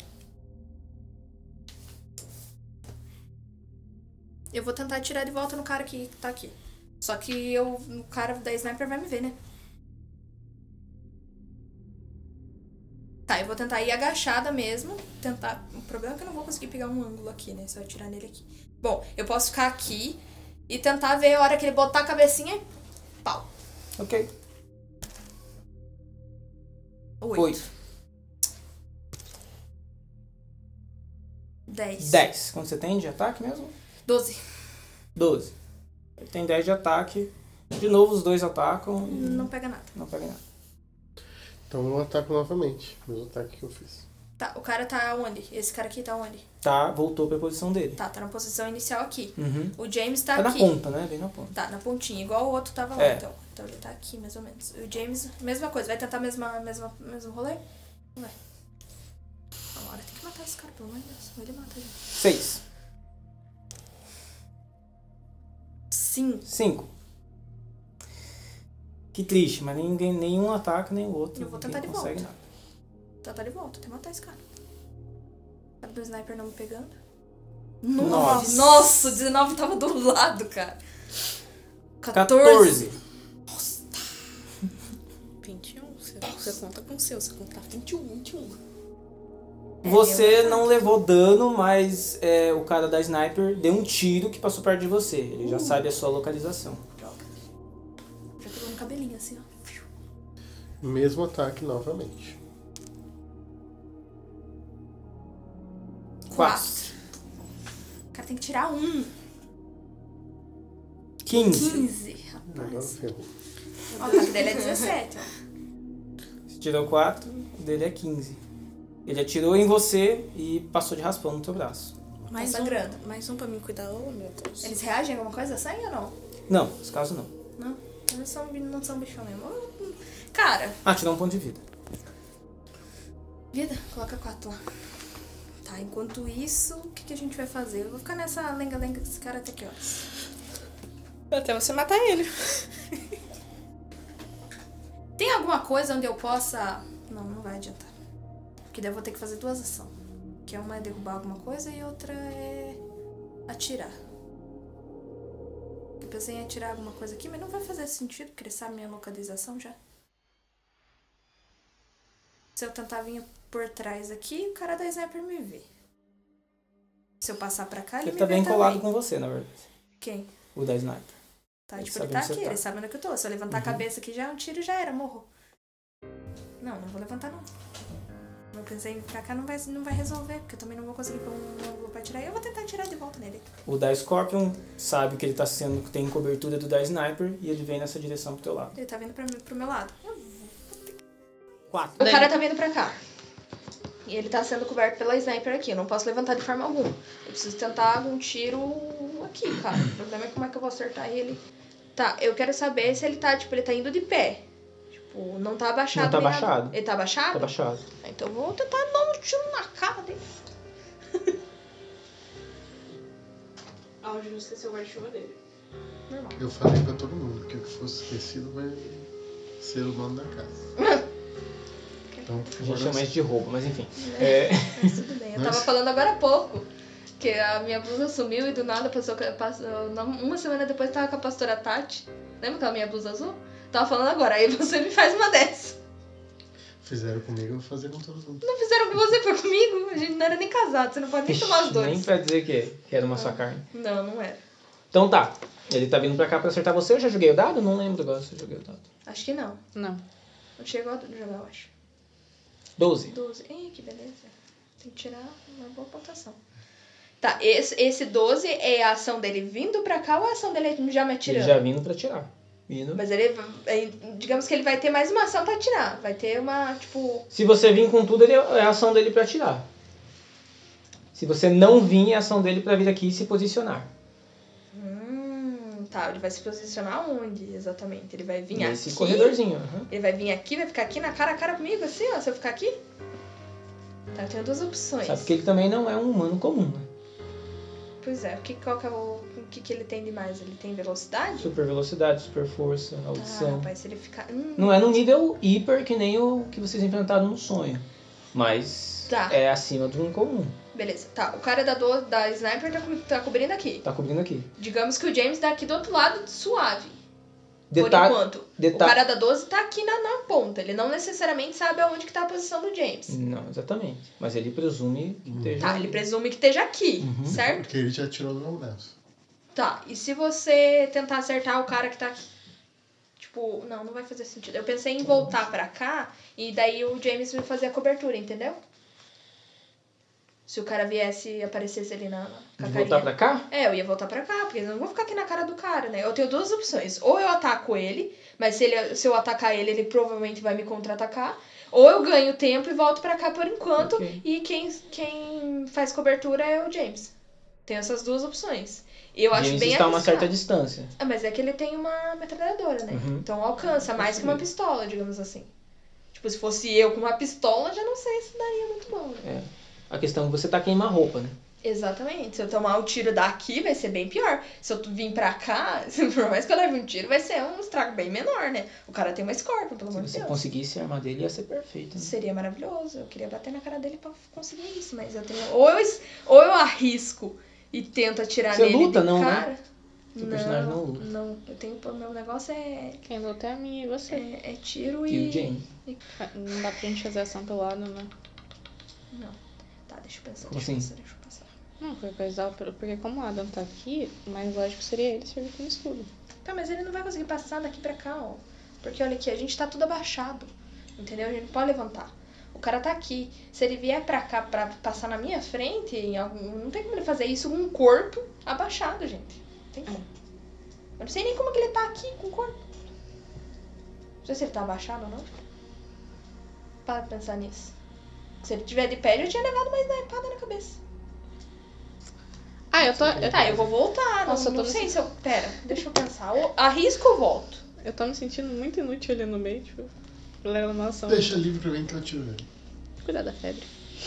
Eu vou tentar atirar de volta no cara que tá aqui. Só que o cara da sniper vai me ver, né? Tá, eu vou tentar ir agachada mesmo. Tentar. O problema é que eu não vou conseguir pegar um ângulo aqui, né? Se eu atirar nele aqui. Bom, eu posso ficar aqui e tentar ver a hora que ele botar a cabecinha. Pau. Ok. 8. 8. 10. 10. Quanto você tem de ataque mesmo? 12. 12. Ele tem 10 de ataque. De novo os dois atacam e Não pega nada. não pega nada. Então eu ataco novamente. O mesmo ataque que eu fiz. Tá, o cara tá onde? Esse cara aqui tá onde? Tá, voltou pra posição dele. Tá na posição inicial aqui. Uhum. O James tá Tá na aqui. ponta, né? Bem na ponta. Tá, na pontinha, igual o outro tava lá, É. então. Então ele tá aqui, mais ou menos. O James, mesma coisa, vai tentar mesmo rolê? Vai. Uma hora tem que matar esse cara, pelo amor de Deus. Ele mata ele. 6. 5. 5. Que triste, mas nenhum ataca, nem o outro. Eu vou tentar ninguém de consegue volta. nada. Tá de volta, tem que matar esse cara. O cara do sniper não me pegando. Nossa. Nossa, o 19 tava do lado, cara. 14. 21. Você conta com o seu, você conta 21. Você não levou dano, mas o cara da sniper deu um tiro que passou perto de você. Ele já sabe a sua localização. Droga. Já pegou no cabelinho, assim, ó. Mesmo ataque novamente. 4. O cara tem que tirar 1. 15. 15, Agora rapaz. ferrou. Ó, o ataque dele é 17, ó. Você tirou 4, o dele é 15. Ele atirou em você e passou de raspão no teu braço. Mais Tá um, sangrando. mais um pra me cuidar. Oh, meu Deus. Eles reagem a alguma coisa? Sangue ou não? Não, nesse caso não. Não. Eles não são bichão mesmo. Cara, Ah, tirou um ponto de vida. vida, coloca 4 lá. Tá, enquanto isso, o que a gente vai fazer? Eu vou ficar nessa lenga-lenga desse cara até que horas? Até você matar ele. Tem alguma coisa onde eu possa... Não vai adiantar. Porque daí eu vou ter que fazer 2 ações. Que uma é derrubar alguma coisa e outra é atirar. pensei em atirar alguma coisa aqui, mas não vai fazer sentido, porque ele sabe minha localização já. Se eu tentar vir por trás aqui, o cara da sniper me vê. Se eu passar pra cá, ele me tá vê bem também. colado com você, na verdade. Quem? O da sniper. Tá, Ele tipo, sabe ele tá onde você aqui, tá. ele sabe onde que eu tô. Se eu levantar a cabeça aqui, já é um tiro e já era, morro. Não vou levantar não. Eu pensei em vir pra cá, não vai resolver, porque eu também não vou conseguir pôr um ângulo pra tirar. E eu vou tentar tirar de volta nele. O da Scorpion sabe que ele tá sendo, que tem cobertura do da sniper e ele vem nessa direção pro teu lado. Ele tá vindo pro meu lado. 4. O cara tá vindo pra cá. E ele tá sendo coberto pela sniper aqui. Eu não posso levantar de forma alguma. Eu preciso tentar algum tiro aqui, cara. O problema é como é que eu vou acertar ele. Tá, eu quero saber se ele tá, tipo, ele tá indo de pé. Tipo, não tá abaixado. Não tá nem nada. abaixado. Ele tá abaixado? Tá abaixado. Então eu vou tentar dar um tiro na cara dele. Ah, o Júnior esqueceu o guarda-chuva dele. Normal. Eu falei pra todo mundo que o que fosse esquecido vai ser o dono da casa. Então, A gente chama isso de roubo, mas enfim. Mas tudo bem. Eu tava falando agora há pouco que a minha blusa sumiu e do nada passou uma semana depois tava com a pastora Tati. Lembra aquela minha blusa azul? Tava falando agora, aí você me faz uma dessa. Fizeram comigo, eu vou fazer com todos mundo. Não fizeram com você, foi comigo. A gente não era nem casado, você não pode nem tomar os dois. Nem pra dizer que era uma sua carne. Não era. Então tá. Ele tá vindo pra cá pra acertar você. Eu já joguei o dado? Não lembro agora se eu joguei o dado. Acho que não. Não. Não chegou a jogar, eu acho. 12. 12. Ih, que beleza. Tem que tirar uma boa pontuação. Tá, esse 12 é a ação dele vindo pra cá ou a ação dele já me atirando? Ele já vindo pra tirar. Vindo. Mas ele, digamos que ele vai ter mais uma ação pra atirar. Vai ter uma, tipo... Se você vir com tudo, é a ação dele pra atirar. Se você não vir, é a ação dele pra vir aqui e se posicionar. Tá, ele vai se posicionar onde exatamente? Ele vai vir Nesse aqui? corredorzinho. Uhum. Ele vai vir aqui, vai ficar aqui na cara a cara comigo, assim, ó, se eu ficar aqui? Tá, eu tenho duas opções. Sabe que ele também não é um humano comum, né? Pois é, o que ele tem de mais? Ele tem velocidade? Super velocidade, super força, Ah, audição. rapaz, se ele ficar... Não é no nível hiper que nem o que vocês enfrentaram no sonho. Mas Tá. é acima do incomum. Beleza, tá, o cara da sniper tá cobrindo aqui. Tá cobrindo aqui. Digamos que o James tá aqui do outro lado, suave. Detalhe, Por enquanto. O detalhe. cara da 12 tá aqui na ponta. Ele não necessariamente sabe aonde que tá a posição do James. Não, exatamente. Mas ele presume que esteja... Tá, ele presume que esteja aqui, Uhum. certo? Porque ele já tirou do meu braço. Tá, e se você tentar acertar o cara que tá aqui? Tipo, não vai fazer sentido. Eu pensei em voltar pra cá e daí o James vai fazer a cobertura, entendeu? Se o cara viesse e aparecesse ali na De cacarinha. voltar pra cá? É, eu ia voltar pra cá, porque eu não vou ficar aqui na cara do cara, né? Eu tenho duas opções. Ou eu ataco ele, mas se eu atacar ele, ele provavelmente vai me contra-atacar. Ou eu ganho tempo e volto pra cá por enquanto. Ok. E quem faz cobertura é o James. Tem essas duas opções. E eu acho James bem está a uma arriscado. certa distância. Ah, mas é que ele tem uma metralhadora, né? Uhum. Então alcança mais que uma pistola, digamos assim. Tipo, se fosse eu com uma pistola, já não sei se daria muito bom, né? É. A questão é que você tá queima-roupa, né? Exatamente. Se eu tomar um tiro daqui, vai ser bem pior. Se eu vir pra cá, por mais que eu leve um tiro, vai ser um estrago bem menor, né? O cara tem uma Scorpion, pelo amor Se de você Deus. conseguisse armar dele, ia ser perfeito, né? Seria maravilhoso. Eu queria bater na cara dele pra conseguir isso, mas eu tenho... Ou eu arrisco e tento atirar Você nele luta, de não, né? cara. Seu personagem não luta. Não. Eu tenho... Meu negócio é... Quem luta é a minha e você. É tiro E o James. Não dá pra gente fazer ação pelo lado, né? Não. Tá, deixa eu pensar. Como deixa eu assim? pensar. Não, foi coisar porque como o Adam tá aqui, o mais lógico seria ele servir como escudo. Tá, mas ele não vai conseguir passar daqui pra cá, ó. Porque olha aqui, a gente tá tudo abaixado. Entendeu? A gente não pode levantar. O cara tá aqui. Se ele vier pra cá pra passar na minha frente, não tem como ele fazer isso com um corpo abaixado, gente. Não tem como. Eu não sei nem como que ele tá aqui com o corpo. Não sei se ele tá abaixado ou não. Para pensar nisso. Se ele tiver de pé, eu tinha levado mais da espada na cabeça. Ah, eu tô. Tá, eu vou voltar. Nossa, não eu tô sei nesse- se eu... Pera, deixa eu pensar. Eu arrisco ou volto? Eu tô me sentindo muito inútil ali no meio, tipo, leva uma ação. Deixa livre pra mim que eu tiro ele. Cuidar da febre.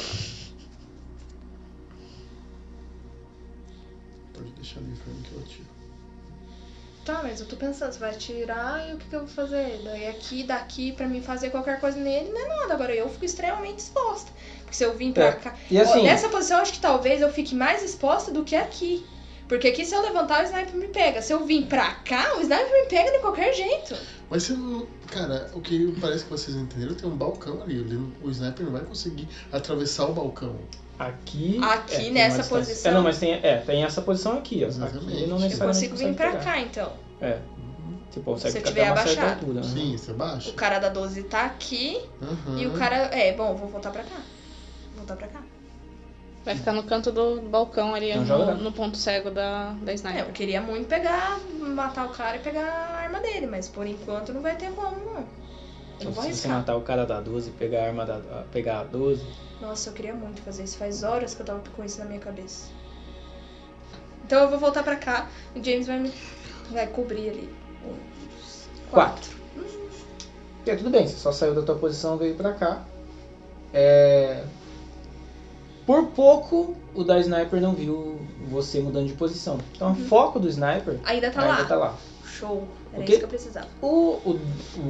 Pode deixar livre pra mim que eu tiro. Tá, mas eu tô pensando, você vai atirar e o que eu vou fazer? Daí aqui, daqui, pra mim fazer qualquer coisa nele, não é nada. Agora eu fico extremamente exposta. Porque se eu vim pra cá... E assim- Ó, nessa posição, acho que talvez eu fique mais exposta do que aqui. Porque aqui se eu levantar, o sniper me pega. Se eu vir pra cá, o sniper me pega de qualquer jeito. Mas você não... Cara, o que parece que vocês entenderam, tem um balcão ali. O sniper não vai conseguir atravessar o balcão. Aqui Aqui tem nessa uma distância. posição. não, mas tem essa posição aqui, ó. Exatamente. Aqui não Eu Eu necessariamente consigo vir consegue pra pegar. cá, então. Você consegue Se eu ficar tiver até uma certa abaixado. altura. né? Sim, você baixa. O cara da 12 tá aqui Aham. e o cara... bom, vou voltar pra cá. Vou voltar pra cá. Vai ficar no canto do balcão ali, Então joga. no ponto cego da Eu sniper. queria muito matar o cara e pegar a arma dele, mas por enquanto não vai ter como, não. Eu não vou Se você arriscar. matar o cara da 12 e pegar a arma pegar a 12. Nossa, eu queria muito fazer isso. Faz horas que eu tava com isso na minha cabeça. Então eu vou voltar pra cá. O James vai cobrir ali. 4. Tudo bem, você só saiu da tua posição e veio pra cá. Por pouco o da sniper não viu você mudando de posição. Então o foco do sniper Ainda tá ainda lá. tá lá. Show. Era O quê? isso que eu precisava. O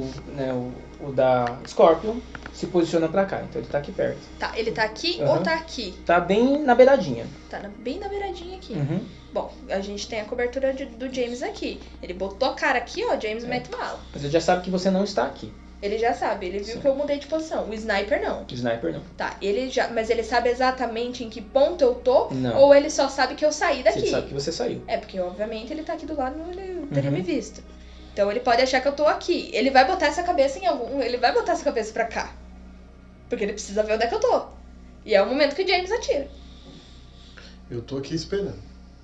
da Scorpion se posiciona pra cá, então ele tá aqui perto. Tá, ele tá aqui Aham. ou tá aqui? Tá bem na beiradinha. Tá bem na beiradinha aqui. Uhum. Bom, a gente tem a cobertura do James aqui. Ele botou a cara aqui, ó, James mete bala. Mas ele já sabe que você não está aqui. Ele já sabe, ele viu Sim. que eu mudei de posição. O sniper não. O sniper não. Tá, mas ele sabe exatamente em que ponto eu tô? Não. Ou ele só sabe que eu saí daqui? Ele sabe que você saiu. Porque obviamente ele tá aqui do lado, ele teria Uhum. me visto. Então ele pode achar que eu tô aqui. Ele vai botar essa cabeça ele vai botar essa cabeça pra cá. Porque ele precisa ver onde é que eu tô. E é o momento que o James atira. Eu tô aqui esperando.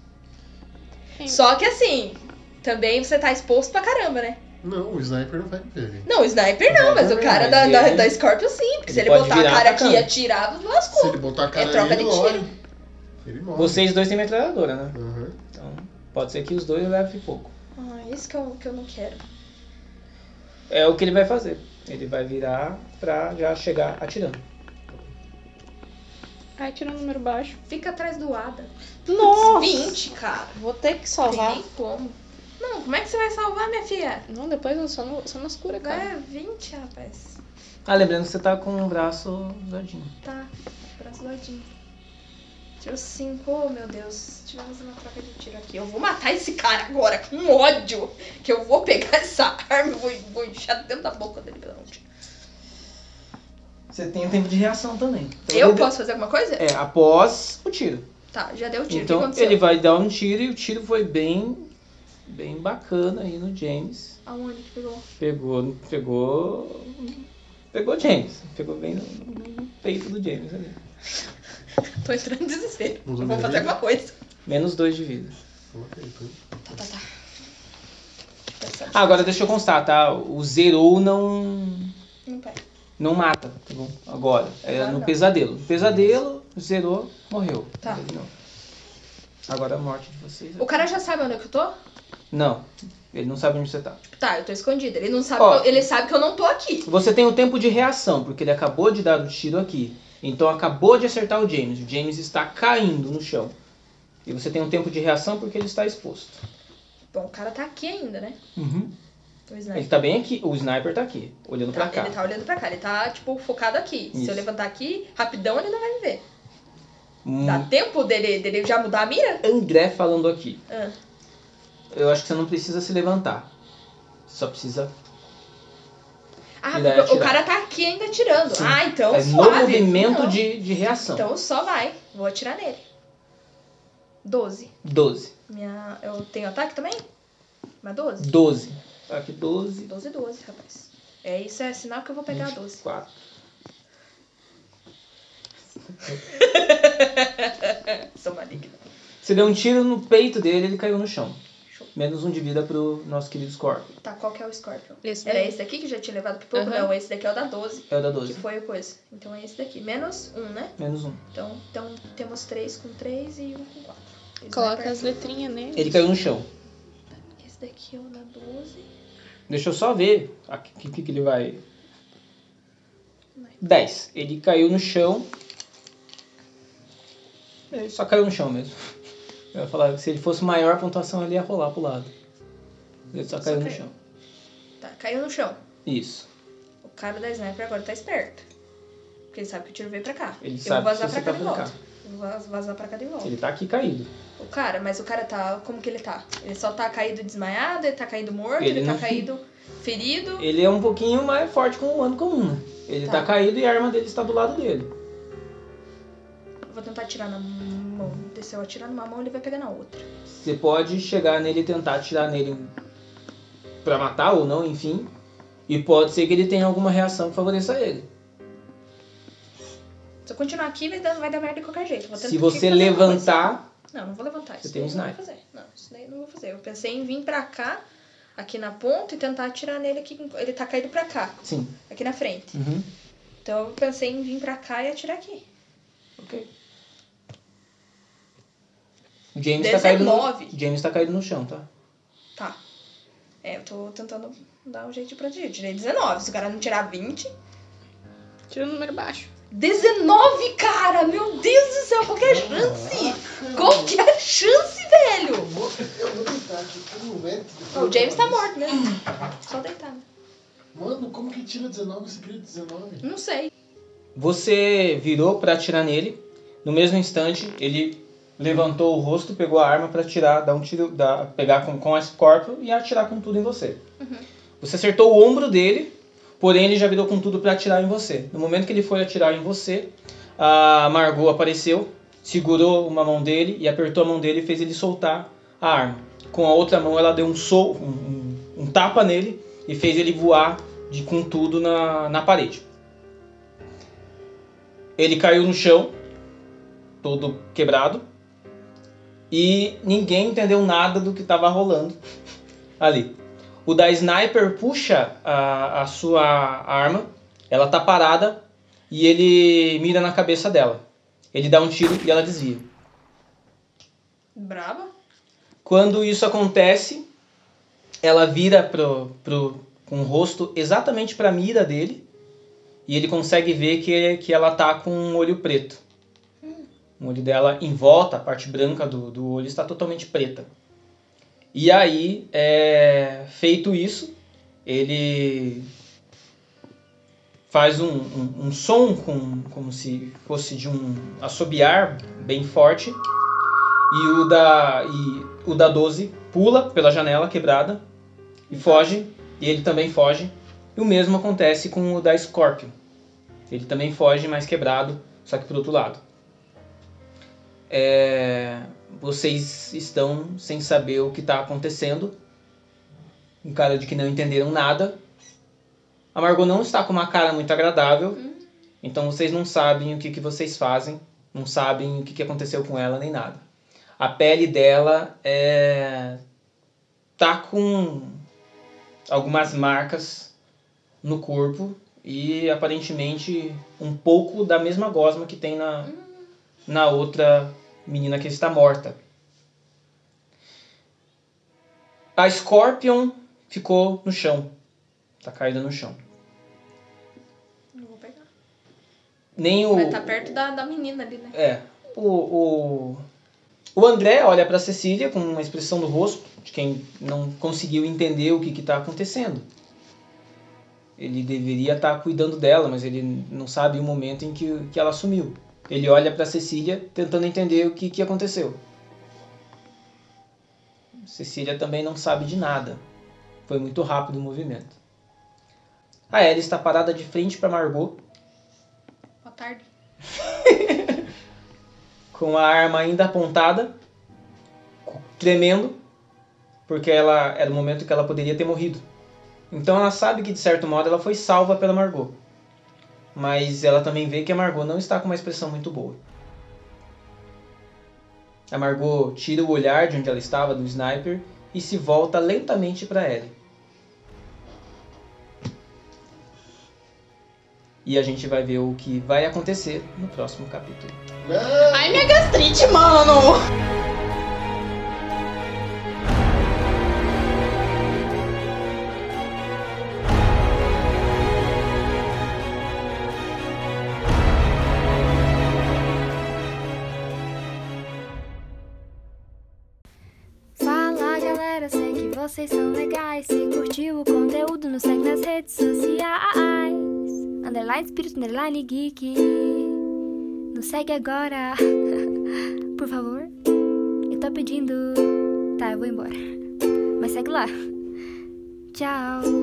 Só que assim, também você tá exposto pra caramba, né? Não, o sniper não vai me ver. Não, o sniper não, mas o cara mas ele- da Scorpion sim. Porque se ele ele pode botar a virar cara pra aqui e cá. atirar, Se lascou. ele botar a cara troca ali, de ele tiro. morre. Ele morre. Vocês dois têm metralhadora, né? Aham. Então pode ser que os dois levem pouco. Isso que eu não quero. É o que ele vai fazer. Ele vai virar pra já chegar atirando. Ai, tirou um número baixo. Fica atrás do Ada. Nossa! 20, cara. Vou ter que Não salvar. tem nem como. Não, como é que você vai salvar, minha filha? Não, depois eu só nas curas, cara. É 20, rapaz. Ah, lembrando que você tá com o braço zoadinho. Tá, braço doidinho. Tirou 5, oh meu Deus. Tivemos uma troca de tiro aqui. Eu vou matar esse cara agora com ódio. Que eu vou pegar essa arma e vou encher dentro da boca dele pela um tiro. Você tem o tempo de reação também. Então, Eu ele- posso fazer alguma coisa? após o tiro. Tá, já deu o tiro. o que Então aconteceu? ele vai dar um tiro e o tiro foi bem bacana aí no James. Aonde que pegou? Pegou James. Pegou bem no peito do James ali. Tô entrando em desespero. Mudou Eu vou minha fazer vida? alguma coisa. Menos 2 de vida. Ok, então. Tá. Ah, agora deixa eu constar, tá? O zerou não Não pega. mata, tá bom? Agora. É Agora no não. pesadelo. No pesadelo, zerou, morreu. Tá. Ele não. Agora a morte de vocês. O cara já sabe onde é que eu tô? Não. Ele não sabe onde você tá. Tá, eu tô escondida. Ele não sabe Ó. ele sabe que eu não tô aqui. Você tem um tempo de reação, porque ele acabou de dar o tiro aqui. Então acabou de acertar o James. O James está caindo no chão. E você tem um tempo de reação porque ele está exposto. Bom, o cara tá aqui ainda, né? O Ele sniper. tá bem aqui. O sniper tá aqui, olhando pra Tá, cá. ele tá olhando pra cá. Ele tá, tipo, focado aqui. Se Isso. eu levantar aqui, rapidão, ele não vai me ver. Hum, Dá tempo dele já mudar a mira? André falando aqui. Ah. Eu acho que você não precisa se levantar. Você só precisa... Ah, Ele vai porque o atirar. cara tá aqui ainda atirando. Sim. Ah, então é suave. no movimento Não. de reação. Então só vai. Vou atirar nele. 12. 12. Eu tenho ataque também? Mas 12? 12. Tá aqui 12. 12, rapaz. Isso é sinal que eu vou pegar a 12. 4. Sou maligna. Você deu um tiro no peito dele, ele caiu no chão. Show. Menos 1 de vida pro nosso querido Scorpion. Tá, qual que é o Scorpion? Esse Era daí. esse daqui que já tinha levado pro pouco? Aham. Não, esse daqui é o da 12. É o da Que 12. foi o coisa. Então é esse daqui. Menos 1, né? Menos 1. Então temos 3 com 3 e 1 com 4. Coloca as letrinhas nele. Ele caiu no chão. Esse daqui é o da 12. Deixa eu só ver o que ele vai... 10. Ele caiu no chão. Ele só caiu no chão mesmo. Eu ia falar que se ele fosse maior, a pontuação ele ia rolar pro lado. Ele só caiu no caiu. chão. Tá, caiu no chão. Isso. O cara da sniper agora tá esperto. Porque ele sabe que o tiro veio pra cá. Ele eu sabe vou vazar que pra você cá tá de vindo volta. cá. Eu vou vazar pra cá de volta. Ele tá aqui caído. O cara, mas o cara tá... Como que ele tá? Ele só tá caído desmaiado? Ele tá caído morto? Ele Ele tá não- caído ferido? Ele é um pouquinho mais forte que um humano comum, né? Ele tá caído e a arma dele está do lado dele. Eu vou tentar atirar na mão. Se eu atirar numa mão, ele vai pegar na outra. Você pode chegar nele e tentar atirar nele pra matar ou não, enfim. E pode ser que ele tenha alguma reação que favoreça ele. Se eu continuar aqui, vai dar merda de qualquer jeito. Vou Se tentar você fazer alguma levantar... coisa. Não vou levantar. Você Isso tem um daí eu não vou sniper. fazer. Não, isso daí eu não vou fazer. Eu pensei em vir pra cá, aqui na ponta, e tentar atirar nele aqui. Ele tá caído pra cá, Sim. aqui na frente. Uhum. Então eu pensei em vir pra cá e atirar aqui. Ok. O James tá caído 19. James tá caído no chão, tá? Tá. Eu tô tentando dar um jeito de proteger. Eu tirei 19. Se o cara não tirar 20... Tira o número baixo. 19, cara! Meu Deus do céu, qual que é a chance? Qual que é a chance, velho? Eu vou deitar aqui, eu não aguento. O James tá morto, né? Só deitar, né? Mano, como que tira 19 se cria 19? Não sei. Você virou pra atirar nele. No mesmo instante, ele levantou o rosto, pegou a arma pra atirar, dar um tiro, pegar com a Scorpion e atirar com tudo em você. Você acertou o ombro dele, porém ele já virou com tudo pra atirar em você. No momento que ele foi atirar em você, a Margot apareceu, segurou uma mão dele e apertou a mão dele e fez ele soltar a arma. Com a outra mão ela deu um tapa nele e fez ele voar com tudo na parede. Ele caiu no chão, todo quebrado, e ninguém entendeu nada do que estava rolando ali. O da Sniper puxa a sua arma, ela tá parada, e ele mira na cabeça dela. Ele dá um tiro e ela desvia. Brava? Quando isso acontece, ela vira com o rosto exatamente para a mira dele, e ele consegue ver que ela tá com um olho preto. O olho dela em volta, a parte branca do olho está totalmente preta. E aí, feito isso, ele faz um som como se fosse de um assobiar bem forte. E o da 12 pula pela janela quebrada e foge. E ele também foge. E o mesmo acontece com o da Scorpion. Ele também foge, mas quebrado, só que pro outro lado. Vocês estão sem saber o que está acontecendo. Com cara de que não entenderam nada. A Margot não está com uma cara muito agradável. Então vocês não sabem o que vocês fazem. Não sabem o que aconteceu com ela, nem nada. A pele dela tá com algumas marcas no corpo. E aparentemente um pouco da mesma gosma que tem na outra menina que está morta. A Scorpion ficou no chão. Tá caída no chão. Não vou pegar. Nem o... Mas tá perto da menina ali, né? O André olha pra Cecília com uma expressão no rosto de quem não conseguiu entender o que tá acontecendo. Ele deveria estar cuidando dela, mas ele não sabe o momento em que ela sumiu. Ele olha pra Cecília tentando entender o que aconteceu. Cecília também não sabe de nada. Foi muito rápido o movimento. A Ellie está parada de frente para Margot. Boa tarde. Com a arma ainda apontada, tremendo, porque era o momento que ela poderia ter morrido. Então ela sabe que de certo modo ela foi salva pela Margot. Mas ela também vê que a Margot não está com uma expressão muito boa. A Margot tira o olhar de onde ela estava do sniper e se volta lentamente para Ellie. E a gente vai ver o que vai acontecer no próximo capítulo. Ai, minha gastrite, mano! Fala galera, sei que vocês são legais. Se curtiu o conteúdo, nos segue nas redes sociais. Underline Espírito, underline Geek. Nos segue agora, por favor. tá pedindo. Tá, eu vou embora. Mas segue lá. Tchau.